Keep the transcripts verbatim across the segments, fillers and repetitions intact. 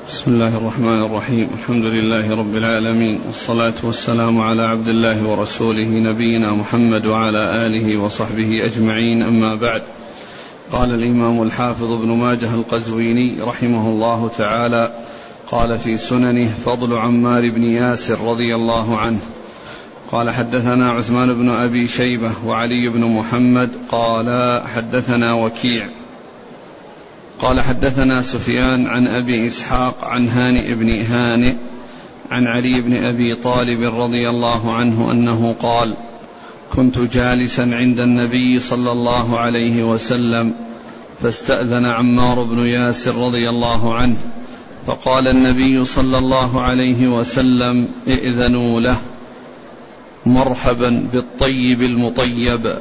بسم الله الرحمن الرحيم. الحمد لله رب العالمين، والصلاة والسلام على عبد الله ورسوله نبينا محمد وعلى آله وصحبه أجمعين، أما بعد. قال الإمام الحافظ ابن ماجه القزويني رحمه الله تعالى قال في سننه: فضل عمار بن ياسر رضي الله عنه. قال: حدثنا عثمان بن أبي شيبة وعلي بن محمد قال حدثنا وكيع قال حدثنا سفيان عن أبي إسحاق عن هانئ بن هانئ عن علي بن أبي طالب رضي الله عنه أنه قال: كنت جالسا عند النبي صلى الله عليه وسلم فاستأذن عمار بن ياسر رضي الله عنه، فقال النبي صلى الله عليه وسلم: ائذنوا له، مرحبا بالطيب المطيب.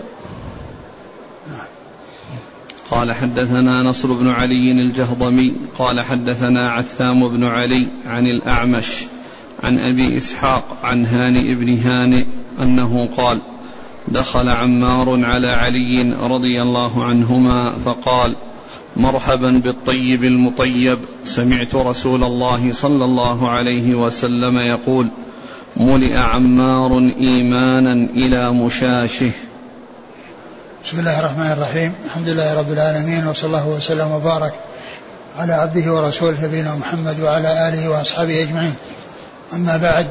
قال: حدثنا نصر بن علي الجهضمي قال حدثنا عثام بن علي عن الأعمش عن أبي إسحاق عن هانئ بن هانئ أنه قال: دخل عمار على علي رضي الله عنهما فقال: مرحبا بالطيب المطيب، سمعت رسول الله صلى الله عليه وسلم يقول: ملئ عمار إيمانا إلى مشاشه. بسم الله الرحمن الرحيم. الحمد لله رب العالمين، وصلى الله وسلم وبارك على عبده ورسوله نبينا محمد وعلى آله وأصحابه أجمعين، أما بعد.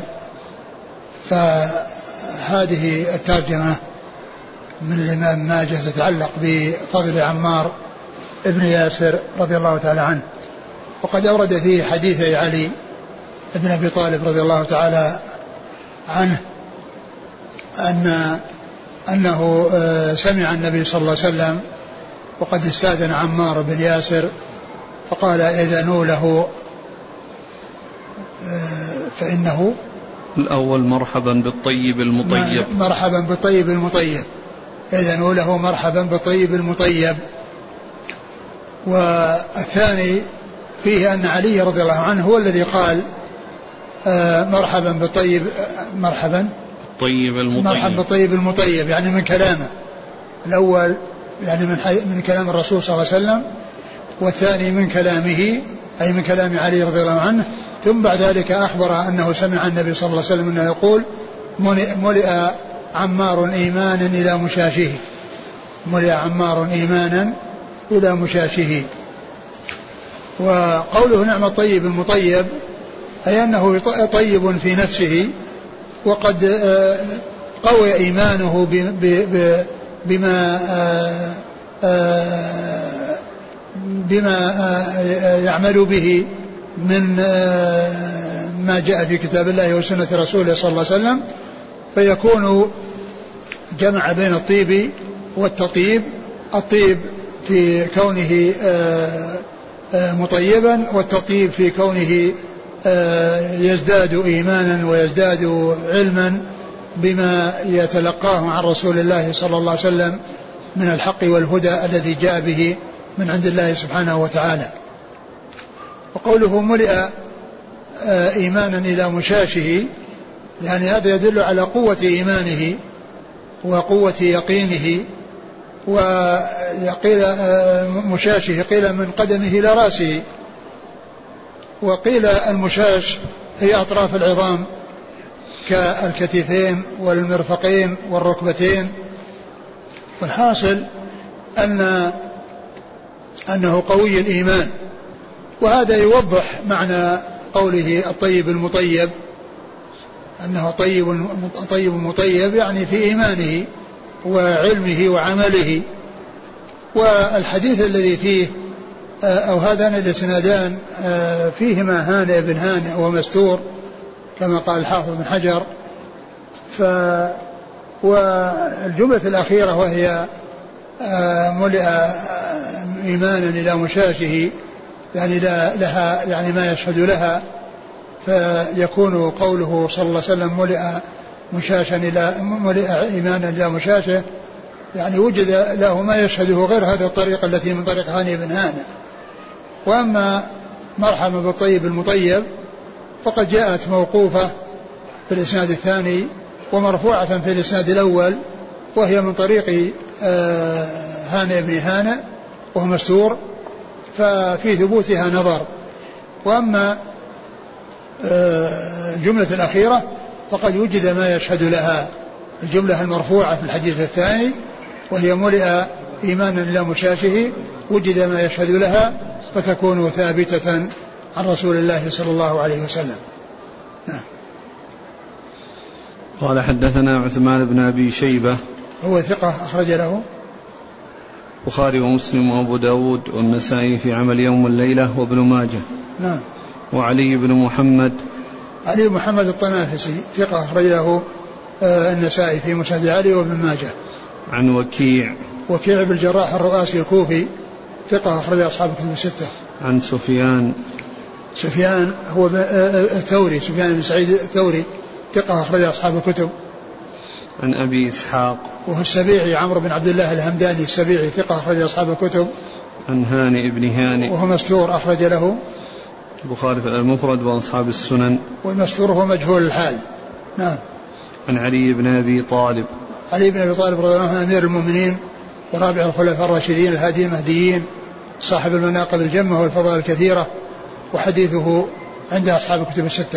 فهذه الترجمة من الإمام ماجه تتعلق بفضل عمار ابن ياسر رضي الله تعالى عنه، وقد أورد فيه حديث علي ابن أبي طالب رضي الله تعالى عنه أن أنه سمع النبي صلى الله عليه وسلم وقد استأذن عمار بن ياسر فقال: إذنوا له فإنه الأول مرحبا بالطيب المطيب، مرحبا بالطيب المطيب، إذنوا له مرحبا بالطيب المطيب. والثاني فيه أن علي رضي الله عنه هو الذي قال مرحبا بالطيب، مرحبا الطيب المطيب، مرحبا بالطيب المطيب، يعني من كلامه الأول، يعني من, من كلام الرسول صلى الله عليه وسلم، والثاني من كلامه أي من كلام علي رضي الله عنه. ثم بعد ذلك أخبر أنه سمع النبي صلى الله عليه وسلم أنه يقول: ملئ عمار إيمانا إلى مشاشه، ملئ عمار إيمانا إلى مشاشه. وقوله نعم الطيب المطيب أي أنه طيب في نفسه، وقد قوي إيمانه بما بما يعمل به من ما جاء في كتاب الله وسنة رسوله صلى الله عليه وسلم، فيكون جمع بين الطيب والتطيب، الطيب في كونه مطيبا، والتطيب في كونه يزداد إيمانا ويزداد علما بما يتلقاه عن رسول الله صلى الله عليه وسلم من الحق والهدى الذي جاء به من عند الله سبحانه وتعالى. وقوله ملئ إيمانا إلى مشاشه، يعني هذا يدل على قوة إيمانه وقوة يقينه. وقيل مشاشه قيل من قدمه إلى رأسه، وقيل المشاش هي أطراف العظام كالكتفين والمرفقين والركبتين. والحاصل أن أنه قوي الإيمان، وهذا يوضح معنى قوله الطيب المطيب، أنه طيب طيب مطيب يعني في إيمانه وعلمه وعمله. والحديث الذي فيه أو هذان الإسنادان فيهما هانئ بن هانئ ومستور كما قال الحافظ بن حجر. ف والجملة الأخيرة وهي ملئ إيمانا إلى مشاشه، يعني لها يعني ما يشهد لها، فيكون قوله صلى الله عليه وسلم ملئ مشاشا إلى ملئ إيمانا إلى مشاشه، يعني وجد له ما يشهده غير هذا الطريق التي من طريق هانئ بن هانئ. وأما مرحبا بالطيب المطيب فقد جاءت موقوفة في الإسناد الثاني ومرفوعة في الإسناد الأول، وهي من طريق هانئ بن هانئ وهو مستور، ففي ثبوتها نظر، وأما الجملة الأخيرة فقد وجد ما يشهد لها، الجملة المرفوعة في الحديث الثاني وهي ملئ إيمانا إلى مشاشه، وجد ما يشهد لها فتكون ثابتة عن رسول الله صلى الله عليه وسلم. نعم. قال حدثنا عثمان بن أبي شيبة هو ثقة أخرج له البخاري ومسلم وأبو داود والنسائي في عمل يوم الليلة وابن ماجه. نعم. وعلي بن محمد علي بن محمد الطنافسي ثقة أخرج له النسائي في مسند علي وابن ماجه. عن وكيع وكيع بن الجراح الرؤاسي الكوفي ثقة أخرج أصحاب الكتب الستة. عن سفيان سفيان هو الثوري سفيان بن سعيد الثوري ثقة أخرج أصحاب الكتب. عن أبي إسحاق وهو السبيعي عمرو بن عبد الله الهمداني السبيعي ثقة أخرج أصحاب الكتب. عن هانئ بن هانئ وهو مستور أخرج له البخاري في المفرد وأصحاب السنن. والمستور هو مجهول الحال. نعم. عن علي بن أبي طالب علي بن أبي طالب رضي الله عنه أمير المؤمنين ورابع الخلفاء الراشدين الهاديين المهديين صاحب المناقب الجمة والفضائل الكثيرة، وحديثه عند أصحاب الكتب الستة.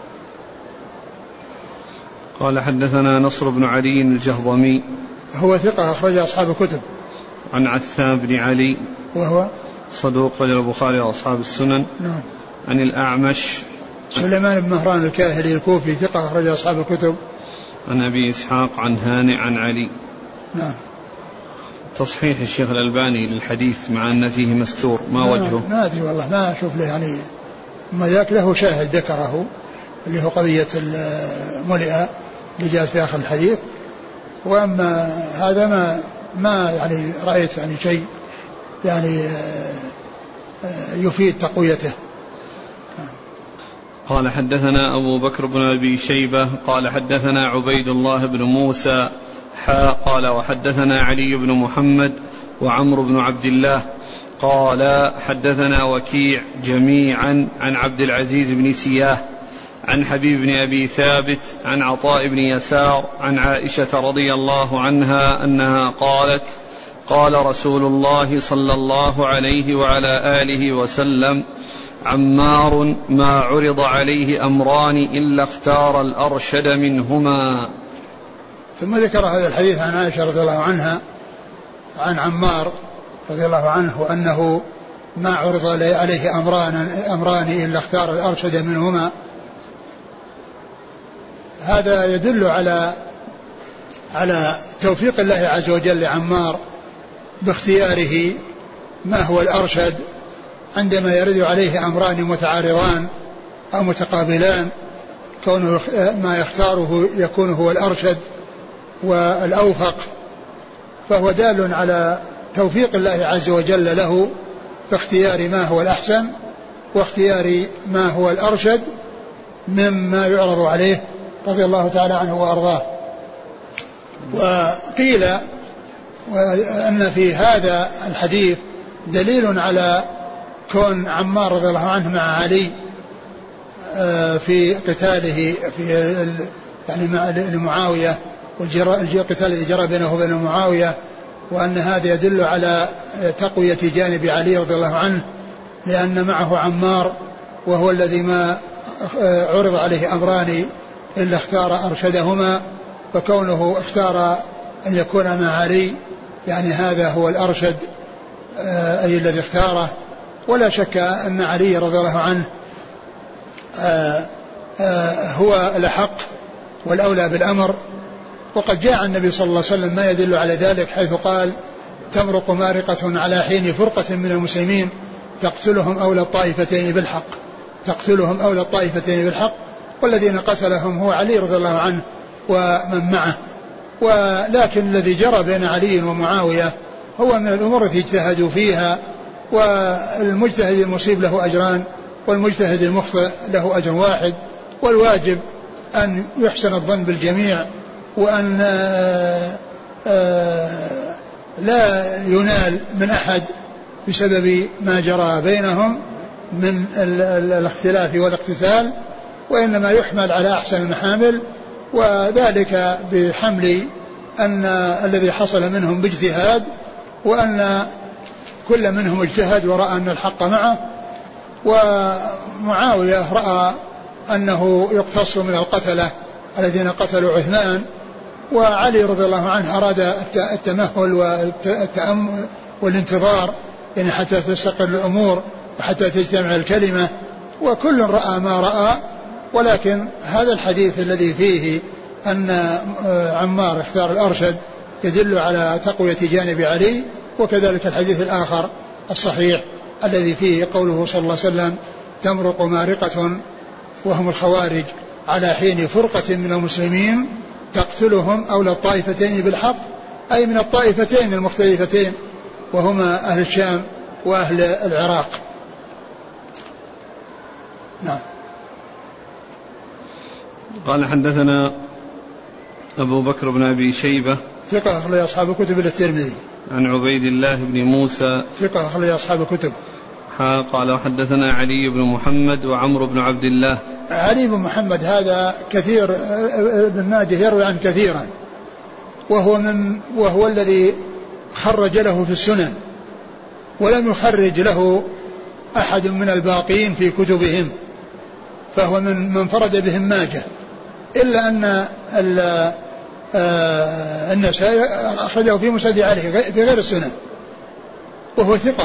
قال حدثنا نصر بن علي الجهضمي هو ثقة أخرج أصحاب الكتب. عن عثام بن علي وهو صدوق رجل البخاري وأصحاب السنن. نعم. عن الأعمش سليمان بن مهران الكاهلي الكوفي ثقة أخرج أصحاب الكتب. عن أبي إسحاق عن هانئ عن علي. نعم. تصحيح الشيخ الألباني للحديث مع أن فيه مستور ما وجهه؟ ما أدري والله ما أشوف له يعني، ما ذاك له شاهد ذكره اللي هو قضية الملئة اللي جاءت في آخر الحديث، وأما هذا ما ما يعني رأيت يعني شيء يعني يفيد تقويته. قال حدثنا أبو بكر بن أبي شيبة قال حدثنا عبيد الله بن موسى حا قال وحدثنا علي بن محمد وعمرو بن عبد الله قال حدثنا وكيع جميعا عن عبد العزيز بن سياه عن حبيب بن أبي ثابت عن عطاء بن يسار عن عائشة رضي الله عنها أنها قالت قال رسول الله صلى الله عليه وعلى آله وسلم عمار ما عرض عليه أمران إلا اختار الأرشد منهما. ثم ذكر هذا الحديث عن عائشة رضي الله عنها عن عمار رضي الله عنه وأنه ما عرض عليه أمران, أمران إلا اختار الأرشد منهما. هذا يدل على على توفيق الله عز وجل لعمار باختياره ما هو الأرشد عندما يرد عليه أمران متعارضان أو متقابلان، كونه ما يختاره يكون هو الأرشد والأوفق، فهو دال على توفيق الله عز وجل له في اختيار ما هو الأحسن واختيار ما هو الأرشد مما يعرض عليه رضي الله تعالى عنه وأرضاه. وقيل أن في هذا الحديث دليل على كون عمار رضي الله عنه مع علي في قتاله في يعني مع معاوية والقتال الذي جرى بينه وبين معاوية، وأن هذا يدل على تقوية جانب علي رضي الله عنه لأن معه عمار وهو الذي ما عرض عليه أمران إلا اختار أرشدهما، فكونه اختار أن يكون مع علي يعني هذا هو الأرشد أي الذي اختاره. ولا شك أن علي رضي الله عنه هو الأحق والأولى بالأمر، وقد جاء النبي صلى الله عليه وسلم ما يدل على ذلك حيث قال تمرق مارقة على حين فرقة من المسلمين تقتلهم أولى الطائفتين بالحق تقتلهم أولى الطائفتين بالحق والذين قتلهم هو علي رضي الله عنه ومن معه. ولكن الذي جرى بين علي ومعاوية هو من الأمور التي اجتهدوا فيها، والمجتهد المصيب له أجران والمجتهد المخطئ له أجر واحد، والواجب أن يحسن الظن بالجميع وأن لا ينال من أحد بسبب ما جرى بينهم من الاختلاف والاقتتال، وإنما يحمل على أحسن المحامل، وذلك بحمل أن الذي حصل منهم باجتهاد، وأن كل منهم اجتهد ورأى أن الحق معه، ومعاوية رأى أنه يقتص من القتلة الذين قتلوا عثمان، وعلي رضي الله عنه أراد التمهل والتأمل والانتظار يعني حتى تستقر الأمور وحتى تجتمع الكلمة، وكل رأى ما رأى. ولكن هذا الحديث الذي فيه أن عمار اختار الأرشد يدل على تقوية جانب علي، وكذلك الحديث الآخر الصحيح الذي فيه قوله صلى الله عليه وسلم تمرق مارقة وهم الخوارج على حين فرقة من المسلمين تقتلهم أولى الطائفتين بالحق، أي من الطائفتين المختلفتين وهما أهل الشام وأهل العراق. نعم. قال حدثنا أبو بكر بن أبي شيبة ثقة أخرج أصحاب كتب الترمذي. عن عبيد الله بن موسى ثقة أخرج أصحاب كتب. قال حدثنا علي بن محمد وعمرو بن عبد الله. علي بن محمد هذا كثير ابن ماجه يروي عنه كثيرا، وهو من وهو الذي خرج له في السنن، ولم يخرج له أحد من الباقين في كتبهم، فهو من من فرد بهم ماجه، إلا أن النسائي أخرجه في مسند عليه في غير السنن، وهو ثقة،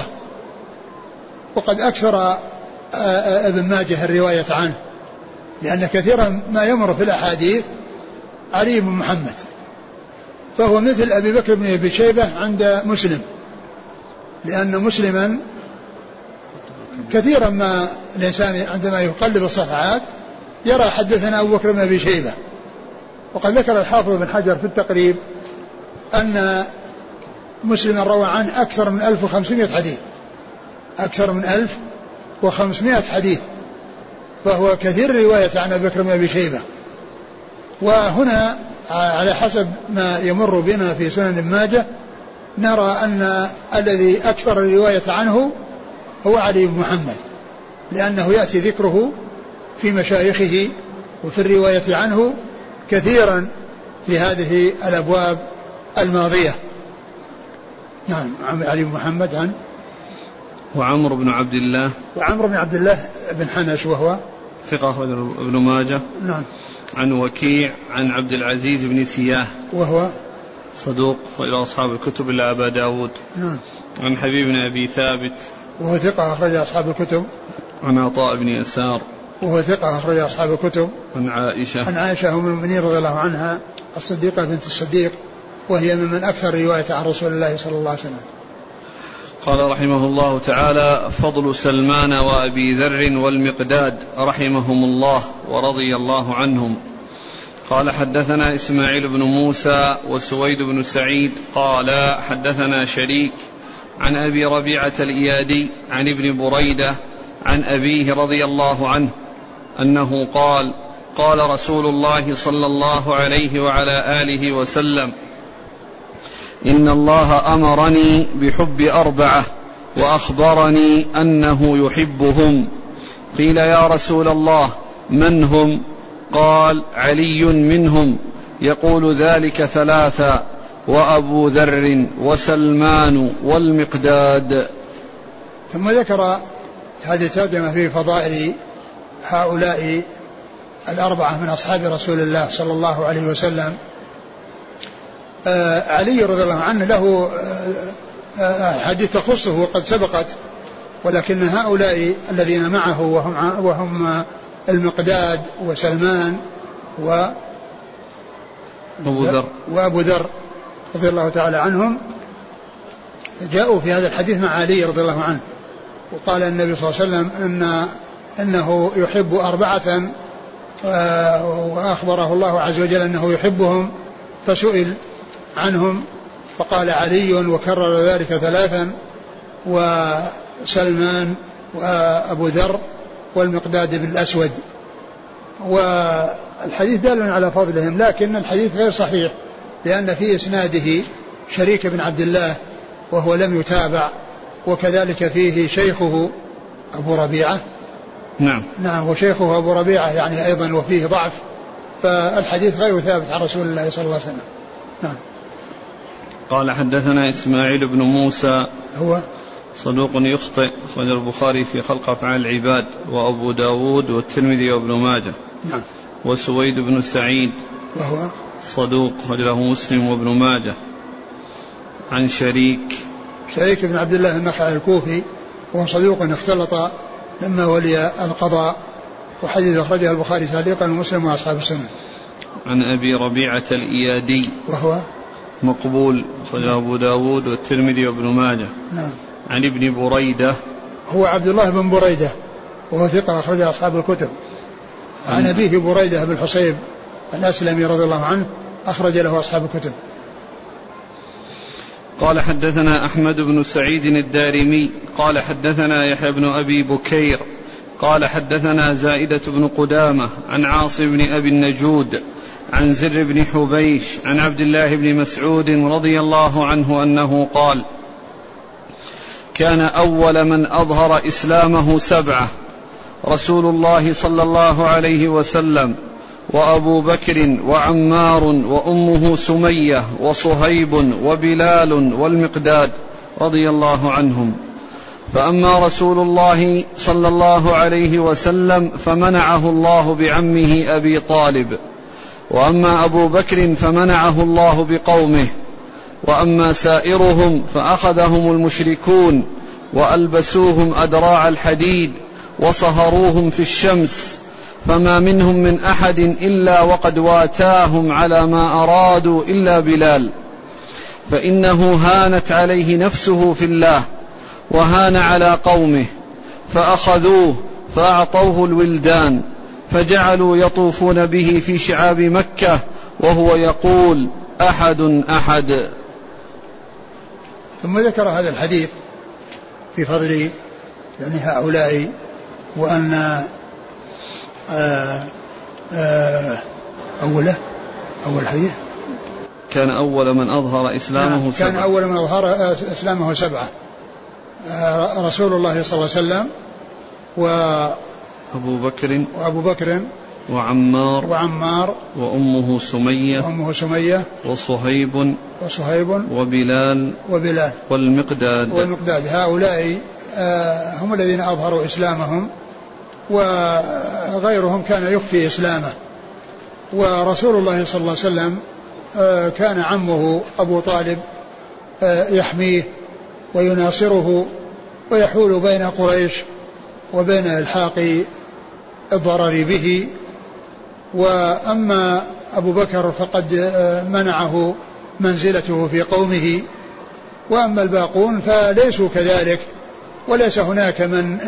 وقد أكثر ابن ماجه الرواية عنه، لأن كثيرا ما يمر في الأحاديث علي بن محمد، فهو مثل أبي بكر بن أبي شيبة عند مسلم، لأن مسلما كثيرا ما الإنسان عندما يقلب الصفحات يرى حدثنا أبو بكر بن أبي شيبة. وقد ذكر الحافظ بن حجر في التقريب أن مسلما روى عنه أكثر من ألف وخمسمائة حديث، أكثر من ألف وخمسمائة حديث، فهو كثير رواية عن أبي بكر بن أبي شيبة. وهنا على حسب ما يمر بنا في سنن ماجه نرى أن الذي أكثر الرواية عنه هو علي بن محمد، لأنه يأتي ذكره في مشايخه وفي الرواية عنه كثيرا في هذه الأبواب الماضية. نعم. علي بن محمد عن وعمرو بن عبد الله وعمرو بن عبد الله بن حنش وهو ثقة أخرج ابن ماجه. نعم. عن وكيع عن عبد العزيز بن سياه وهو صدوق وإلى أصحاب الكتب إلا أبا داود. نعم. عن حبيب بن أبي ثابت وهو ثقة أخرج أصحاب الكتب. عن عطاء بن يسار وهو ثقة أخرج أصحاب الكتب. عن عائشة عن عائشة أم المؤمنين رضي الله عنها الصديقة بنت الصديق، وهي ممن أكثر رواية عن رسول الله صلى الله عليه وسلم. قال رحمه الله تعالى: فضل سلمان وأبي ذر والمقداد رحمهم الله ورضي الله عنهم. قال حدثنا إسماعيل بن موسى وسويد بن سعيد قال حدثنا شريك عن أبي ربيعة الإيادي عن ابن بريدة عن أبيه رضي الله عنه أنه قال: قال رسول الله صلى الله عليه وعلى آله وسلم: إن الله أمرني بحب أربعة وأخبرني أنه يحبهم. قيل: يا رسول الله من هم؟ قال: علي منهم، يقول ذلك ثلاثا: وأبو ذر وسلمان والمقداد. ثم ذكر هذه الترجمة في فضائل هؤلاء الأربعة من أصحاب رسول الله صلى الله عليه وسلم. آه علي رضي الله عنه له آه حديث تخصه وقد سبقت، ولكن هؤلاء الذين معه وهم, وهم المقداد وسلمان و أبو ذر وأبو ذر رضي الله تعالى عنهم جاءوا في هذا الحديث مع علي رضي الله عنه. وقال النبي صلى الله عليه وسلم إن أنه يحب أربعة، وأخبره الله عز وجل أنه يحبهم، فسئل عنهم فقال علي وكرر ذلك ثلاثا، وسلمان وأبو ذر والمقداد بن الأسود. والحديث دال على فضلهم، لكن الحديث غير صحيح لأن في إسناده شريك بن عبد الله وهو لم يتابع، وكذلك فيه شيخه أبو ربيعة. نعم نعم وشيخه أبو ربيعة يعني أيضا وفيه ضعف، فالحديث غير ثابت عن رسول الله صلى الله عليه وسلم. نعم. قال حدثنا إسماعيل بن موسى هو صدوق يخطئ، أخرج البخاري في خلق أفعال العباد وأبو داود والترمذي وابن ماجه. نعم. وسويد بن سعيد وهو صدوق، أخرج له مسلم وابن ماجه. عن شريك شريك بن عبد الله النخعي الكوفي، وهو صدوق اختلط لما ولي القضاء، وحديث أخرجه البخاري تعليقا ومسلم وأصحاب السنن. عن أبي ربيعة الإيادي وهو مقبول، أخرجه أبو داود والترمذي وابن ماجه. نعم. عن ابن بريدة هو عبد الله بن بريدة، وهو ثقة أخرجه أصحاب الكتب. عن أبيه بريدة بن الحصيب الأسلمي رضي الله عنه، أخرج له أصحاب الكتب. قال حدثنا أحمد بن سعيد الدارمي قال حدثنا يحيى بن أبي بكير قال حدثنا زائدة بن قدامة عن عاصم بن أبي النجود عن زر بن حبيش عن عبد الله بن مسعود رضي الله عنه أنه قال: كان أول من أظهر إسلامه سبعة: رسول الله صلى الله عليه وسلم، وأبو بكر، وعمار، وأمه سمية، وصهيب، وبلال، والمقداد رضي الله عنهم. فأما رسول الله صلى الله عليه وسلم فمنعه الله بعمه أبي طالب، وأما أبو بكر فمنعه الله بقومه، وأما سائرهم فأخذهم المشركون وألبسوهم أدراع الحديد وصهروهم في الشمس، فما منهم من أحد إلا وقد واتاهم على ما أرادوا إلا بلال، فإنه هانت عليه نفسه في الله وهان على قومه، فأخذوه فأعطوه الولدان، فجعلوا يطوفون به في شعاب مكة وهو يقول: أحد أحد. ثم ذكر هذا الحديث في فضل يعني هؤلاء، وأن آآ آآ أوله أول حديث كان أول من أظهر إسلامه سبعة. كان أول من أظهر إسلامه سبعة: رسول الله صلى الله عليه وسلم، وأبو بكر وأبو بكر وعمار وعمار وأمه سمية وأمه سمية وصهيب وصهيب وبلال وبلال والمقداد والمقداد. هؤلاء هم الذين أظهروا إسلامهم، وغيرهم كان يخفي إسلامه. ورسول الله صلى الله عليه وسلم كان عمه أبو طالب يحميه ويناصره ويحول بين قريش وبين إلحاق الضرر به. وأما أبو بكر فقد منعه منزلته في قومه، وأما الباقون فليسوا كذلك، وليس هناك من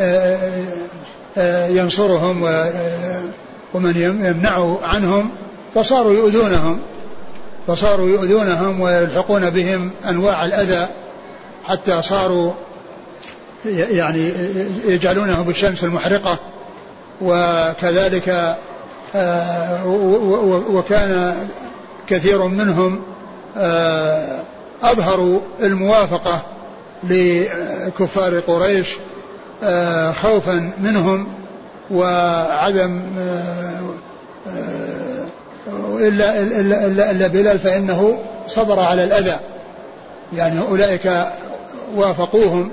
ينصرهم ومن يمنع عنهم، فصاروا يؤذونهم فصاروا يؤذونهم ويلحقون بهم أنواع الأذى، حتى صاروا يعني يجعلونه بالشمس المحرقة. وكذلك وكان كثير منهم أظهروا الموافقة لكفار قريش خوفا منهم وعدم إلا, إلا, إلا, إلا بلال فإنه صبر على الأذى، يعني أولئك وافقوهم.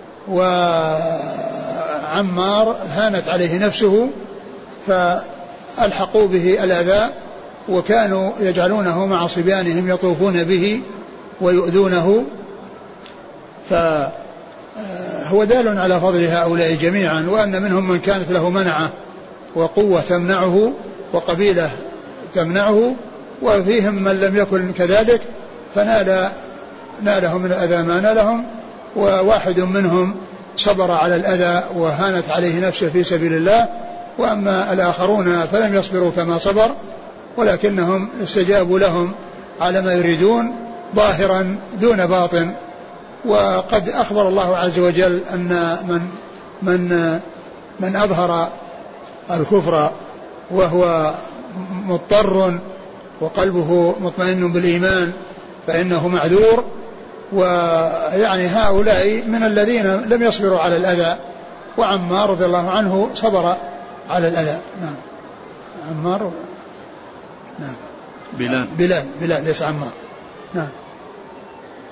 وعمار هانت عليه نفسه فألحقوا به الأذى، وكانوا يجعلونه مع صبيانهم يطوفون به ويؤذونه. فهو دال على فضل هؤلاء جميعا، وأن منهم من كانت له منعة وقوة تمنعه وقبيلة تمنعه، وفيهم من لم يكن كذلك فنال نالهم من الأذى ما نالهم، وواحد منهم صبر على الأذى وهانت عليه نفسه في سبيل الله. وأما الآخرون فلم يصبروا كما صبر، ولكنهم استجابوا لهم على ما يريدون ظاهرا دون باطن. وقد أخبر الله عز وجل أن من من من أظهر الكفر وهو مضطر وقلبه مطمئن بالإيمان فإنه معذور. ويعني هؤلاء من الذين لم يصبروا على الأذى، وعمار رضي الله عنه صبر على الأذى. نعم. عمار نعم. بلال بلال بلال ليس عمار. نعم.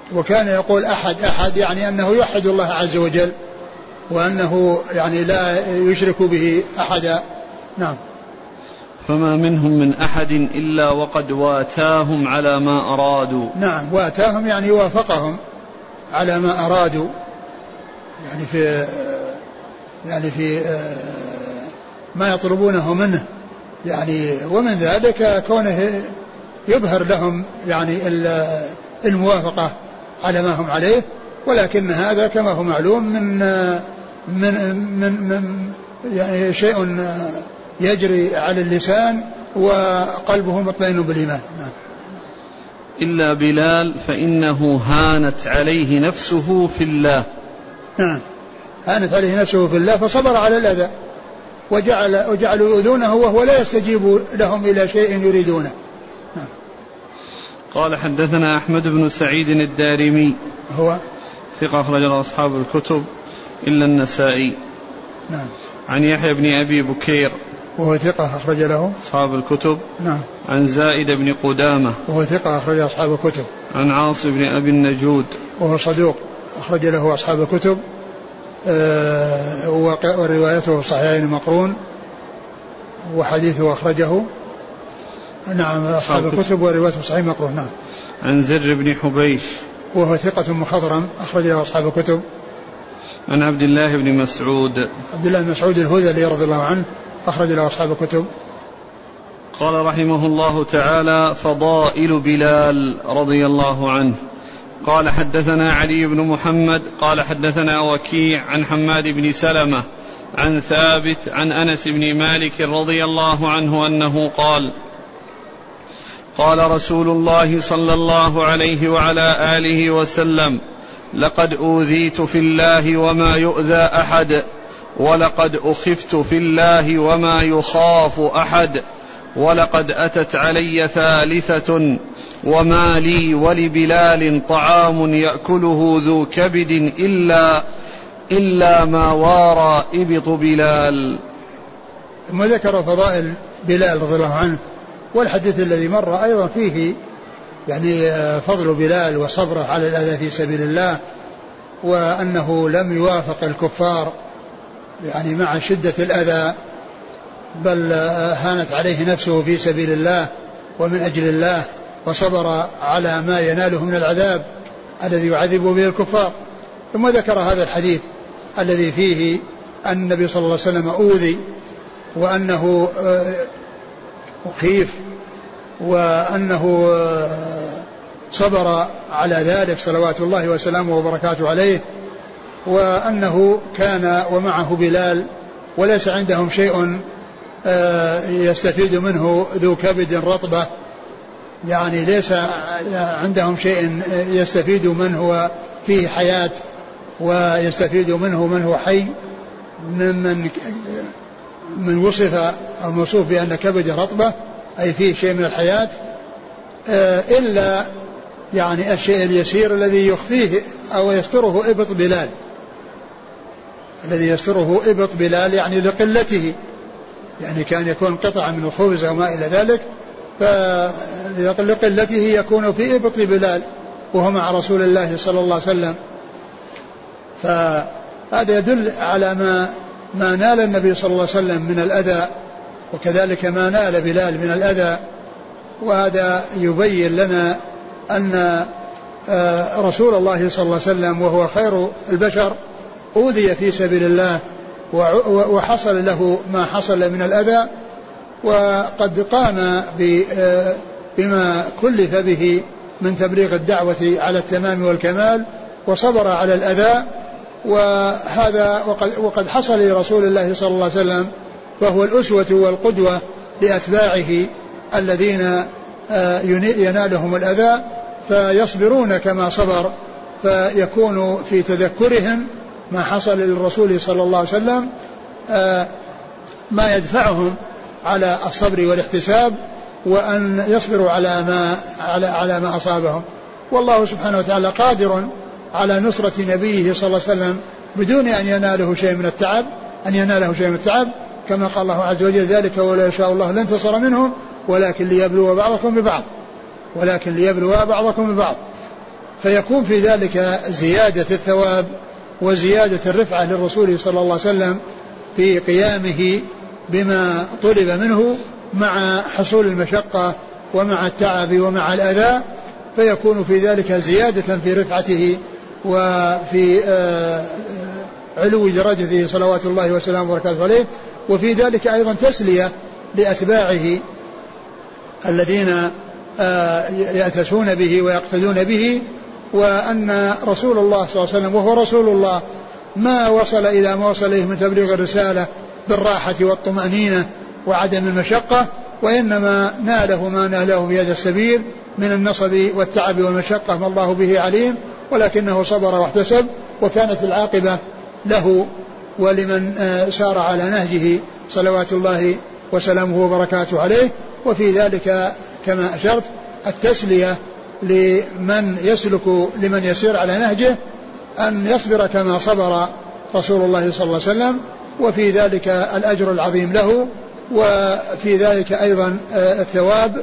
وكان يقول أحد أحد يعني أنه يوحد الله عز وجل وأنه يعني لا يشرك به أحدا. نعم. فما منهم من أحد إلا وقد واتاهم على ما أرادوا. نعم واتاهم يعني وافقهم على ما أرادوا يعني في يعني في ما يطلبونه منه يعني. ومن ذلك كونه يظهر لهم يعني الموافقة على ما هم عليه، ولكن هذا كما هو معلوم من من من, من يعني شيء يجري على اللسان وقلبه مطمئن بالإيمان. نعم. إلا بلال فإنه هانت عليه نفسه في الله. نعم هانت عليه نفسه في الله فصبر على الأذى وجعل وجعلوا يؤذونه وهو لا يستجيب لهم إلى شيء يريدونه. نعم. قال حدثنا أحمد بن سعيد الدارمي هو ثقة أخرج له أصحاب الكتب إلا النسائي. نعم. عن يحيى بن أبي بكير وهو ثقة أخرج له أصحاب الكتب. نعم. عن زائد بن قدامة وهو ثقة أخرج أصحاب الكتب. عن عاصم بن أبي النجود وهو صدوق أخرج له أصحاب الكتب أه وروايته صحيحين مقرون وحديثه أخرجه نعم أصحاب الكتب وروايته صحيح مقرون. نعم. عن زر بن حبيش وهو ثقة مخضرم أخرج له أصحاب الكتب. عن عبد الله بن مسعود عبد الله بن مسعود الهذلي رضي الله عنه أخرج له أصحاب الكتب. قال رحمه الله تعالى: فضائل بلال رضي الله عنه. قال حدثنا علي بن محمد قال حدثنا وكيع عن حماد بن سلمة عن ثابت عن أنس بن مالك رضي الله عنه أنه قال: قال رسول الله صلى الله عليه وعلى آله وسلم: لقد أوذيت في الله وما يؤذى أحد، ولقد أخفت في الله وما يخاف أحد، ولقد أتت علي ثالثة وما لي ولبلال طعام يأكله ذو كبد إلا إلا ما وارى إبط بلال. ثم ذكر فضائل بلال رضي الله عنه، والحديث الذي مر أيضا فيه يعني فضل بلال وصبره على الأذى في سبيل الله، وأنه لم يوافق الكفار يعني مع شدة الأذى، بل هانت عليه نفسه في سبيل الله ومن أجل الله، وصبر على ما يناله من العذاب الذي يعذب به الكفار. ثم ذكر هذا الحديث الذي فيه أن النبي صلى الله عليه وسلم أوذي وأنه أخيف وأنه صبر على ذلك صلوات الله وسلامه وبركاته عليه، وأنه كان ومعه بلال وليس عندهم شيء يستفيد منه ذو كبد رطبة، يعني ليس عندهم شيء يستفيد منه هو فيه حياة ويستفيد منه من هو حي، من من وصف أو موصوف بأن كبد رطبة أي فيه شيء من الحياة، إلا يعني الشيء اليسير الذي يخفيه أو يستره إبط بلال، الذي يستره إبط بلال يعني لقلته، يعني كان يكون قطعة من الخبز أو ما إلى ذلك، فلقلته يكون في إبط بلال وهو مع رسول الله صلى الله عليه وسلم. فهذا يدل على ما ما نال النبي صلى الله عليه وسلم من الأذى، وكذلك ما نال بلال من الأذى. وهذا يبين لنا أن رسول الله صلى الله عليه وسلم وهو خير البشر أوذي في سبيل الله وحصل له ما حصل من الأذى، وقد قام بما كلف به من تبليغ الدعوة على التمام والكمال، وصبر على الأذى. وهذا وقد, وقد حصل لرسول الله صلى الله عليه وسلم، فهو الأسوة والقدوة لأتباعه الذين ينالهم الأذى فيصبرون كما صبر، فيكون في تذكرهم ما حصل للرسول صلى الله عليه وسلم ما يدفعهم على الصبر والاحتساب، وأن يصبروا على ما على على ما أصابهم. والله سبحانه وتعالى قادر على نصرة نبيه صلى الله عليه وسلم بدون أن يناله شيء من التعب أن يناله شيء من التعب كما قال الله عز وجل: ذلك ولا يشاء الله لانتصر منهم ولكن ليبلو بعضكم ببعض ولكن ليبلو بعضكم ببعض. فيكون في ذلك زيادة الثواب وزيادة الرفعة للرسول صلى الله عليه وسلم في قيامه بما طلب منه مع حصول المشقة ومع التعب ومع الأذى، فيكون في ذلك زيادة في رفعته وفي علو درجته صلوات الله وسلامه وبركاته عليه. وفي ذلك أيضا تسلية لأتباعه الذين يأتسون به ويقتدون به، وأن رسول الله صلى الله عليه وسلم وهو رسول الله ما وصل إلى ما وصل إليه من تبليغ الرسالة بالراحة والطمأنينة وعدم المشقة، وإنما ناله ما ناله في هذا السبيل من النصب والتعب والمشقة ما الله به عليم، ولكنه صبر واحتسب، وكانت العاقبة له ولمن سار على نهجه صلوات الله وسلامه وبركاته عليه. وفي ذلك كما أشرت التسلية لمن يسلك لمن يسير على نهجه أن يصبر كما صبر رسول الله صلى الله عليه وسلم، وفي ذلك الأجر العظيم له، وفي ذلك أيضا الثواب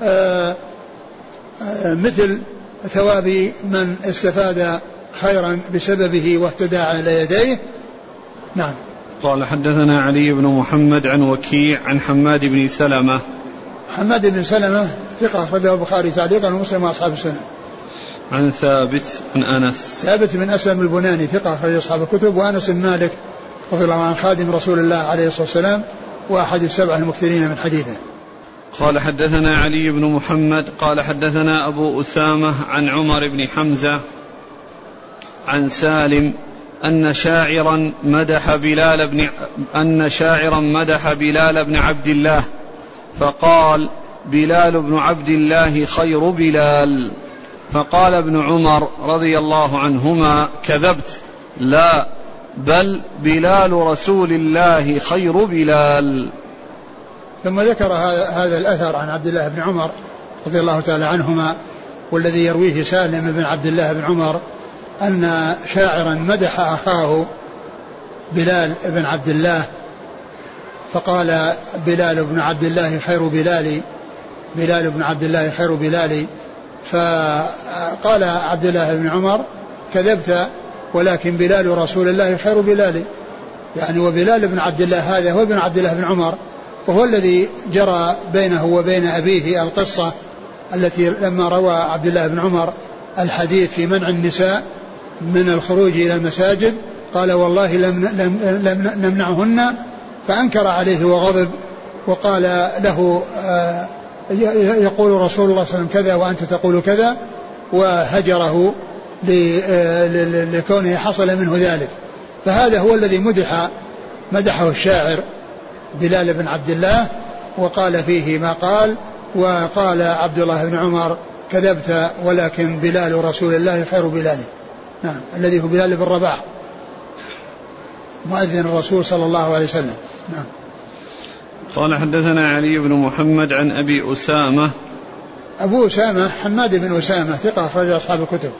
مثل ثواب من استفاد خيرا بسببه واهتدى على يديه. نعم. قال حدثنا علي بن محمد عن وكيع عن حماد بن سلمة. حماد بن سلمة ثقة أخرجه البخاري تعليقا ومسلم وأصحاب السنة. عن ثابت عن أنس. ثابت بن أسلم البناني ثقة أخرج أصحاب الكتب. وأنس بن مالك رضي الله عنه خادم رسول الله عليه الصلاة والسلام وأحد السبعة المكثرين من حديثه. قال حدثنا علي بن محمد قال حدثنا أبو أسامة عن عمر بن حمزة عن سالم أن شاعرا مدح بلال بن أن شاعرا مدح بلال بن عبد الله فقال بلال بن عبد الله خير بلال، فقال ابن عمر رضي الله عنهما كذبت، لا بل بلال رسول الله خير بلال. ثم ذكر هذا الأثر عن عبد الله بن عمر رضي الله تعالى عنهما، والذي يرويه سالم بن عبد الله بن عمر أن شاعرا مدح أخاه بلال بن عبد الله فقال بلال بن عبد الله خير بلالي، بلال بن عبد الله خير بلالي. فقال عبد الله بن عمر كذبت، ولكن بلال رسول الله خير بلالي، يعني وبلال بن عبد الله هذا هو ابن عبد الله بن عمر، وهو الذي جرى بينه وبين أبيه القصة التي لما روى عبد الله بن عمر الحديث في منع النساء من الخروج إلى المساجد قال والله لم, لم, لم نمنعهن، فأنكر عليه وغضب وقال له آه يقول رسول الله صلى الله عليه وسلم كذا وأنت تقول كذا، وهجره لكونه حصل منه ذلك. فهذا هو الذي مدح مدحه الشاعر بلال بن عبد الله وقال فيه ما قال. وقال عبد الله بن عمر كذبت، ولكن بلال رسول الله خير بلال. نعم، الذي هو بلال بن رباح مؤذن الرسول صلى الله عليه وسلم. نعم. قال حدثنا علي بن محمد عن أبي أسامة. أبو أسامة حماد بن أسامة ثقة أخرج أصحاب الكتب.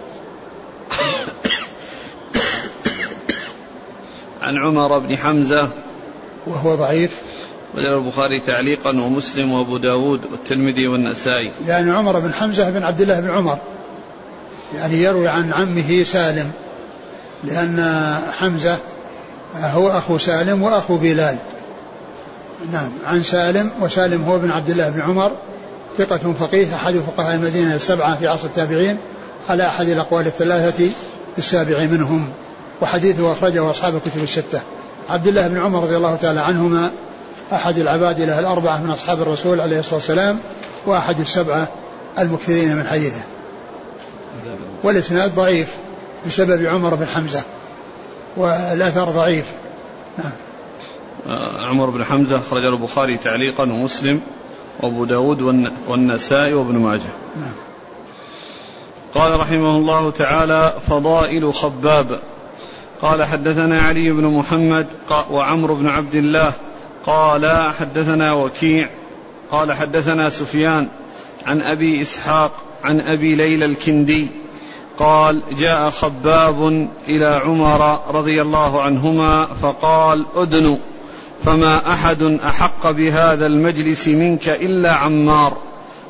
عن عمر بن حمزة وهو ضعيف، وجاء البخاري تعليقا ومسلم وأبو داود والترمذي والنسائي. يعني عمر بن حمزة بن عبد الله بن عمر، يعني يروي عن عمه سالم، لأن حمزة هو أخو سالم وأخو بلال. نعم، عن سالم، وسالم هو بن عبد الله بن عمر ثقة فقيه أحد فقهاء المدينة السبعة في عصر التابعين على أحد الأقوال الثلاثة السابع منهم، وحديثه أخرجه أصحاب الكتب الستة. عبد الله بن عمر رضي الله تعالى عنهما أحد العبادلة الأربعة من أصحاب الرسول عليه الصلاة والسلام وأحد السبعة المكثرين من حديثه. والإسناد ضعيف بسبب عمر بن حمزة، والأثر ضعيف. نعم. عمر بن حمزة أخرج البخاري تعليقا ومسلم وأبو داود والنسائي وابن ماجه. نعم. قال رحمه الله تعالى فضائل خباب. قال حدثنا علي بن محمد وعمرو بن عبد الله قال حدثنا وكيع قال حدثنا سفيان عن أبي إسحاق عن أبي ليلى الكندي قال جاء خباب إلى عمر رضي الله عنهما فقال أدنوا، فما أحد أحق بهذا المجلس منك إلا عمار،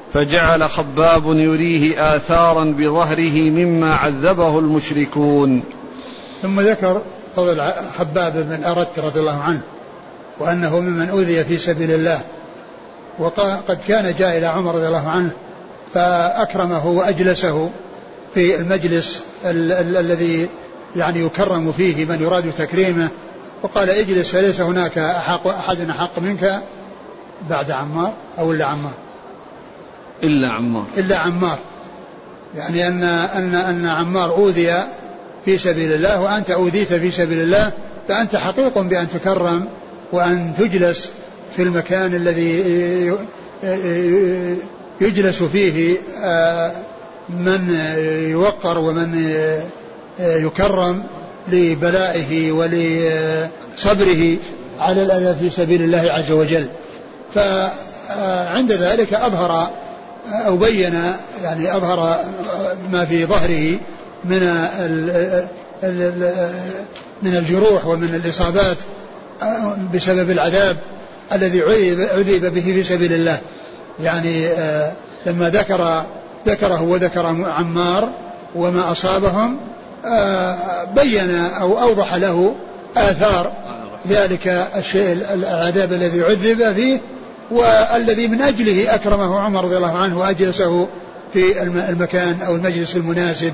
فجعل خباب يريه آثارا بظهره مما عذبه المشركون. ثم ذكر فضل خباب بن الأرت رضي الله عنه وأنه ممن أوذي في سبيل الله، وقد كان جاء إلى عمر رضي الله عنه فأكرمه وأجلسه في المجلس ال- ال- الذي يعني يكرم فيه من يراد تكريمه، وقال اجلس فليس هناك أحق أحد أحق منك بعد عمار أو إلا عمار إلا عمار إلا عمار يعني أن, أن, أن عمار أوذي في سبيل الله وأنت أوذيت في سبيل الله، فأنت حقيق بأن تكرم وأن تجلس في المكان الذي يجلس فيه من يوقر ومن يكرم لبلائه ولصبره على الأذى في سبيل الله عز وجل. فعند ذلك أظهر أو بين يعني أظهر ما في ظهره من من الجروح ومن الإصابات بسبب العذاب الذي عذب به في سبيل الله. يعني لما ذكر ذكره وذكر عمار وما أصابهم بين أو أوضح له آثار ذلك الشيء العذاب الذي عذب فيه والذي من أجله أكرمه عمر رضي الله عنه وأجلسه في المكان أو المجلس المناسب،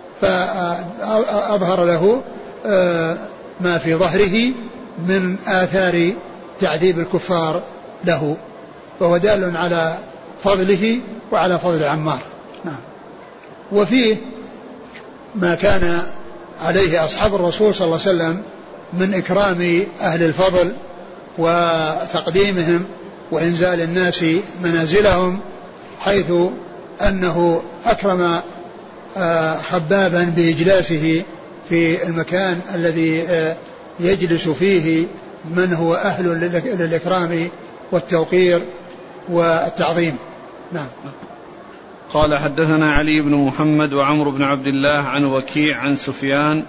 فأظهر له ما في ظهره من آثار تعذيب الكفار له، فهو دال على فضله وعلى فضل عمار. نعم. وفيه ما كان عليه أصحاب الرسول صلى الله عليه وسلم من إكرام أهل الفضل وتقديمهم وإنزال الناس منازلهم، حيث أنه أكرم خبابا بإجلاسه في المكان الذي يجلس فيه من هو أهل للإكرام والتوقير والتعظيم. نعم. قال حدثنا علي بن محمد وعمر بن عبد الله عن وكيع عن سفيان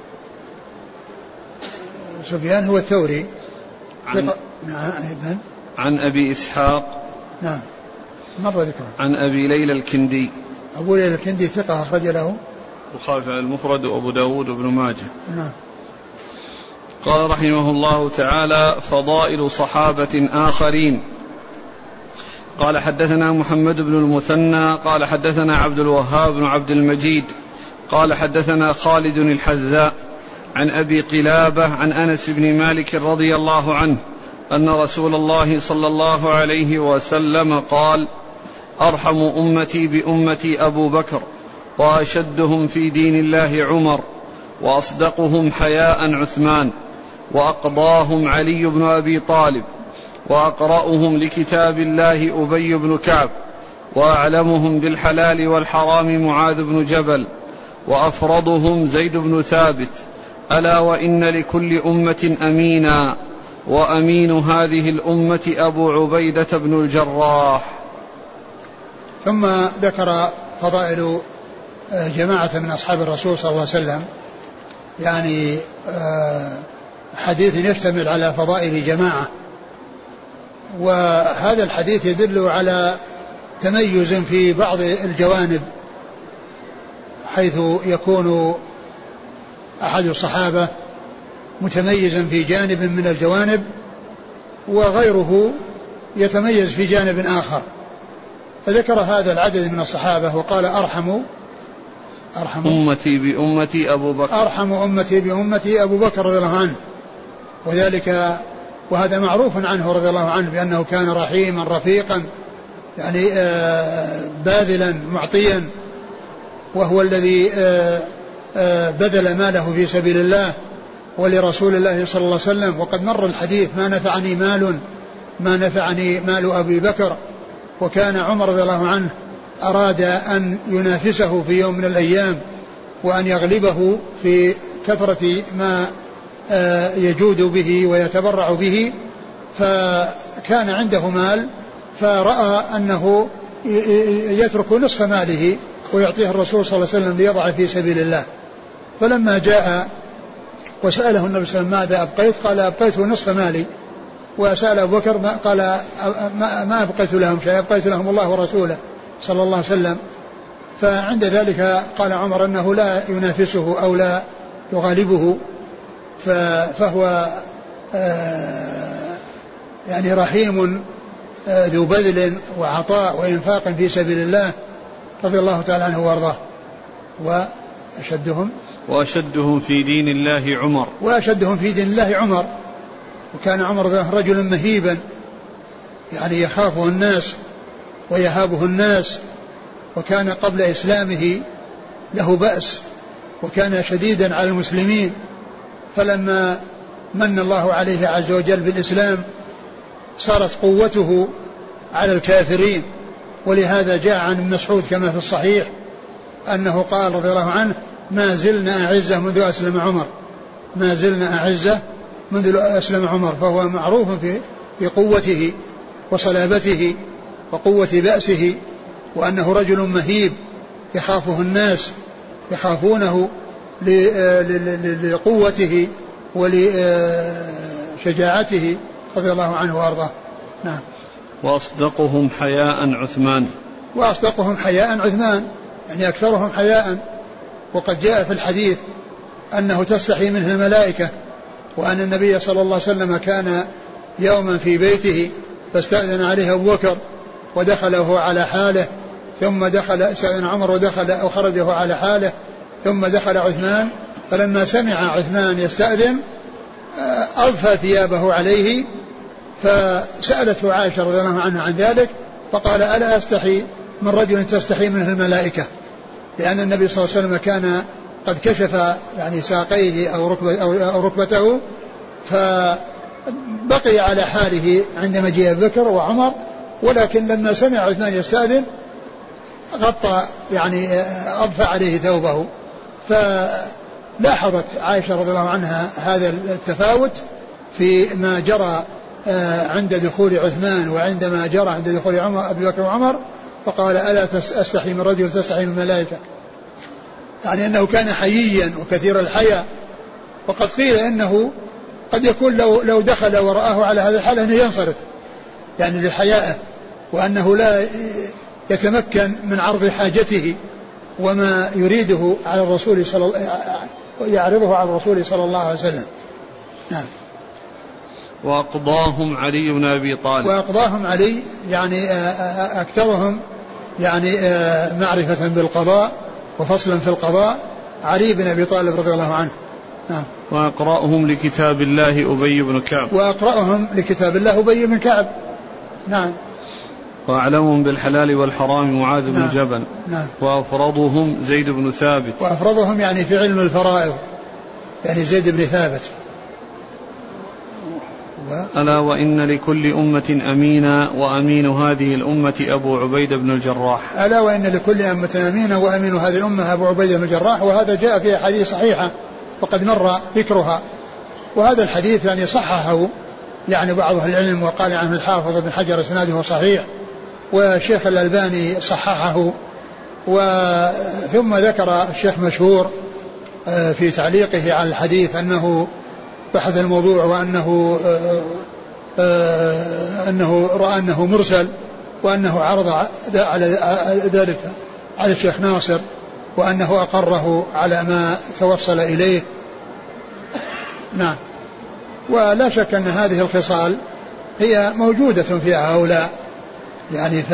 سفيان هو الثوري عن, نعم. عن أبي إسحاق نعم مرة ذكره عن أبي ليلى الكندي. أبو ليلى الكندي ثقة أخرج له البخاري المفرد وأبو داود وابن ماجه. نعم. قال رحمه الله تعالى: فضائل صحابة آخرين. قال حدثنا محمد بن المثنى قال حدثنا عبد الوهاب بن عبد المجيد قال حدثنا خالد الحذاء عن أبي قلابة عن أنس بن مالك رضي الله عنه أن رسول الله صلى الله عليه وسلم قال: أرحم أمتي بأمتي أبو بكر، وأشدهم في دين الله عمر، وأصدقهم حياء عثمان، وأقضاهم علي بن أبي طالب، وأقرأهم لكتاب الله أبي بن كعب، وأعلمهم بالحلال والحرام معاذ بن جبل، وأفرضهم زيد بن ثابت. ألا وإن لكل أمة أمينا، وأمين هذه الأمة أبو عبيدة بن الجراح. ثم ذكر فضائل جماعة من أصحاب الرسول صلى الله عليه وسلم، يعني حديث يشتمل على فضائل جماعة، وهذا الحديث يدل على تميز في بعض الجوانب، حيث يكون أحد الصحابة متميزا في جانب من الجوانب وغيره يتميز في جانب آخر. فذكر هذا العدد من الصحابة وقال: أرحم أرحم أمتي بأمتي أبو بكر أرحم أمتي بأمتي أبو بكر رضي الله عنه، وذلك وهذا معروف عنه رضي الله عنه بأنه كان رحيما رفيقا، يعني باذلا معطيا، وهو الذي بذل ماله في سبيل الله ولرسول الله صلى الله عليه وسلم. وقد مر الحديث: ما نفعني مال ما نفعني مال أبي بكر. وكان عمر رضي الله عنه أراد أن ينافسه في يوم من الأيام وأن يغلبه في كثرة ما يجود به ويتبرع به، فكان عنده مال فرأى أنه يترك نصف ماله ويعطيه الرسول صلى الله عليه وسلم ليضع في سبيل الله. فلما جاء وسأله النبي صلى الله عليه وسلم: ماذا أبقيت؟ قال: أبقيت نصف مالي. وسأل أبو بكر قال: ما أبقيت لهم شيء، أبقيت لهم الله ورسوله صلى الله عليه وسلم. فعند ذلك قال عمر أنه لا ينافسه أو لا يغالبه، فهو يعني رحيم ذو بذل وعطاء وإنفاق في سبيل الله رضي الله تعالى عنه وارضاه. وأشدهم وأشدهم في دين الله عمر وأشدهم في دين الله عمر وكان عمر رجلا مهيبا يعني يخافه الناس ويهابه الناس، وكان قبل إسلامه له بأس وكان شديدا على المسلمين، فلما من الله عليه عز وجل بالإسلام صارت قوته على الكافرين. ولهذا جاء عن ابن مسعود كما في الصحيح أنه قال رضي الله عنه: ما زلنا أعزة منذ أسلم عمر ما زلنا أعزة منذ أسلم عمر. فهو معروف في في قوته وصلابته وقوة بأسه، وأنه رجل مهيب يخافه الناس يخافونه لقوته ولشجاعته رضي الله عنه وأرضاه. نعم. وأصدقهم حياء عثمان وأصدقهم حياء عثمان يعني أكثرهم حياء. وقد جاء في الحديث أنه تستحي منه الملائكة، وأن النبي صلى الله عليه وسلم كان يوما في بيته فاستأذن عليه أبو بكر ودخله على حاله، ثم دخل استأذن عمر ودخل أو خرجه على حاله، ثم دخل عثمان، فلما سمع عثمان يستأذن أضفى ثيابه عليه، فسألته عائشة رضي الله عنها عن ذلك فقال: ألا أستحي من رجل تستحي منه الملائكة؟ لأن النبي صلى الله عليه وسلم كان قد كشف يعني ساقيه أو, ركبة أو ركبته، فبقي على حاله عند مجيء أبي بكر وعمر، ولكن لما سمع عثمان يستأذن غطى يعني أضفى عليه ثوبه. فلاحظت عائشة رضي الله عنها هذا التفاوت في ما جرى عند دخول عثمان وعندما جرى عند دخول عمر أبي بكر وعمر، فقال: ألا أستحي من رجل تستحي من الملائكة؟ يعني أنه كان حييا وكثير الحياء. وقد قيل إنه قد يكون لو, لو دخل ورآه على هذا الحال أنه ينصرف يعني لحيائه، وأنه لا يتمكن من عرض حاجته وما يريده على الرسول صلى الله يعرضه على الرسول صلى الله عليه وسلم. نعم. وأقضاهم علي بن أبي طالب وأقضاهم علي يعني أكثرهم يعني معرفة بالقضاء وفصلا في القضاء علي بن أبي طالب رضي الله عنه. نعم. وأقرأهم لكتاب الله أبي بن كعب وأقرأهم لكتاب الله أبي بن كعب. نعم. وأعلمهم بالحلال والحرام معاذ بن نعم. جبل. نعم. وأفرضهم زيد بن ثابت. وأفرضهم يعني في علم الفرائض يعني زيد بن ثابت. و... ألا وإن لكل أمة أمينا وأمين هذه الأمة أبو عبيدة بن الجراح. ألا وإن لكل أمة أمينا وأمين هذه الأمة أبو عبيدة بن الجراح. وهذا جاء في حديث صحيحة وقد مر ذكرها. وهذا الحديث يعني صححه يعني بعض أهل العلم وقال عنه الحافظ بن حجر إسناده صحيح، والشيخ الألباني صححه. وثم ذكر الشيخ مشهور في تعليقه على الحديث أنه بحث الموضوع وأنه أنه رأى أنه مرسل، وأنه عرض على ذلك على الشيخ ناصر، وأنه أقره على ما توصل إليه. نعم. ولا شك أن هذه الخصال هي موجودة في هؤلاء يعني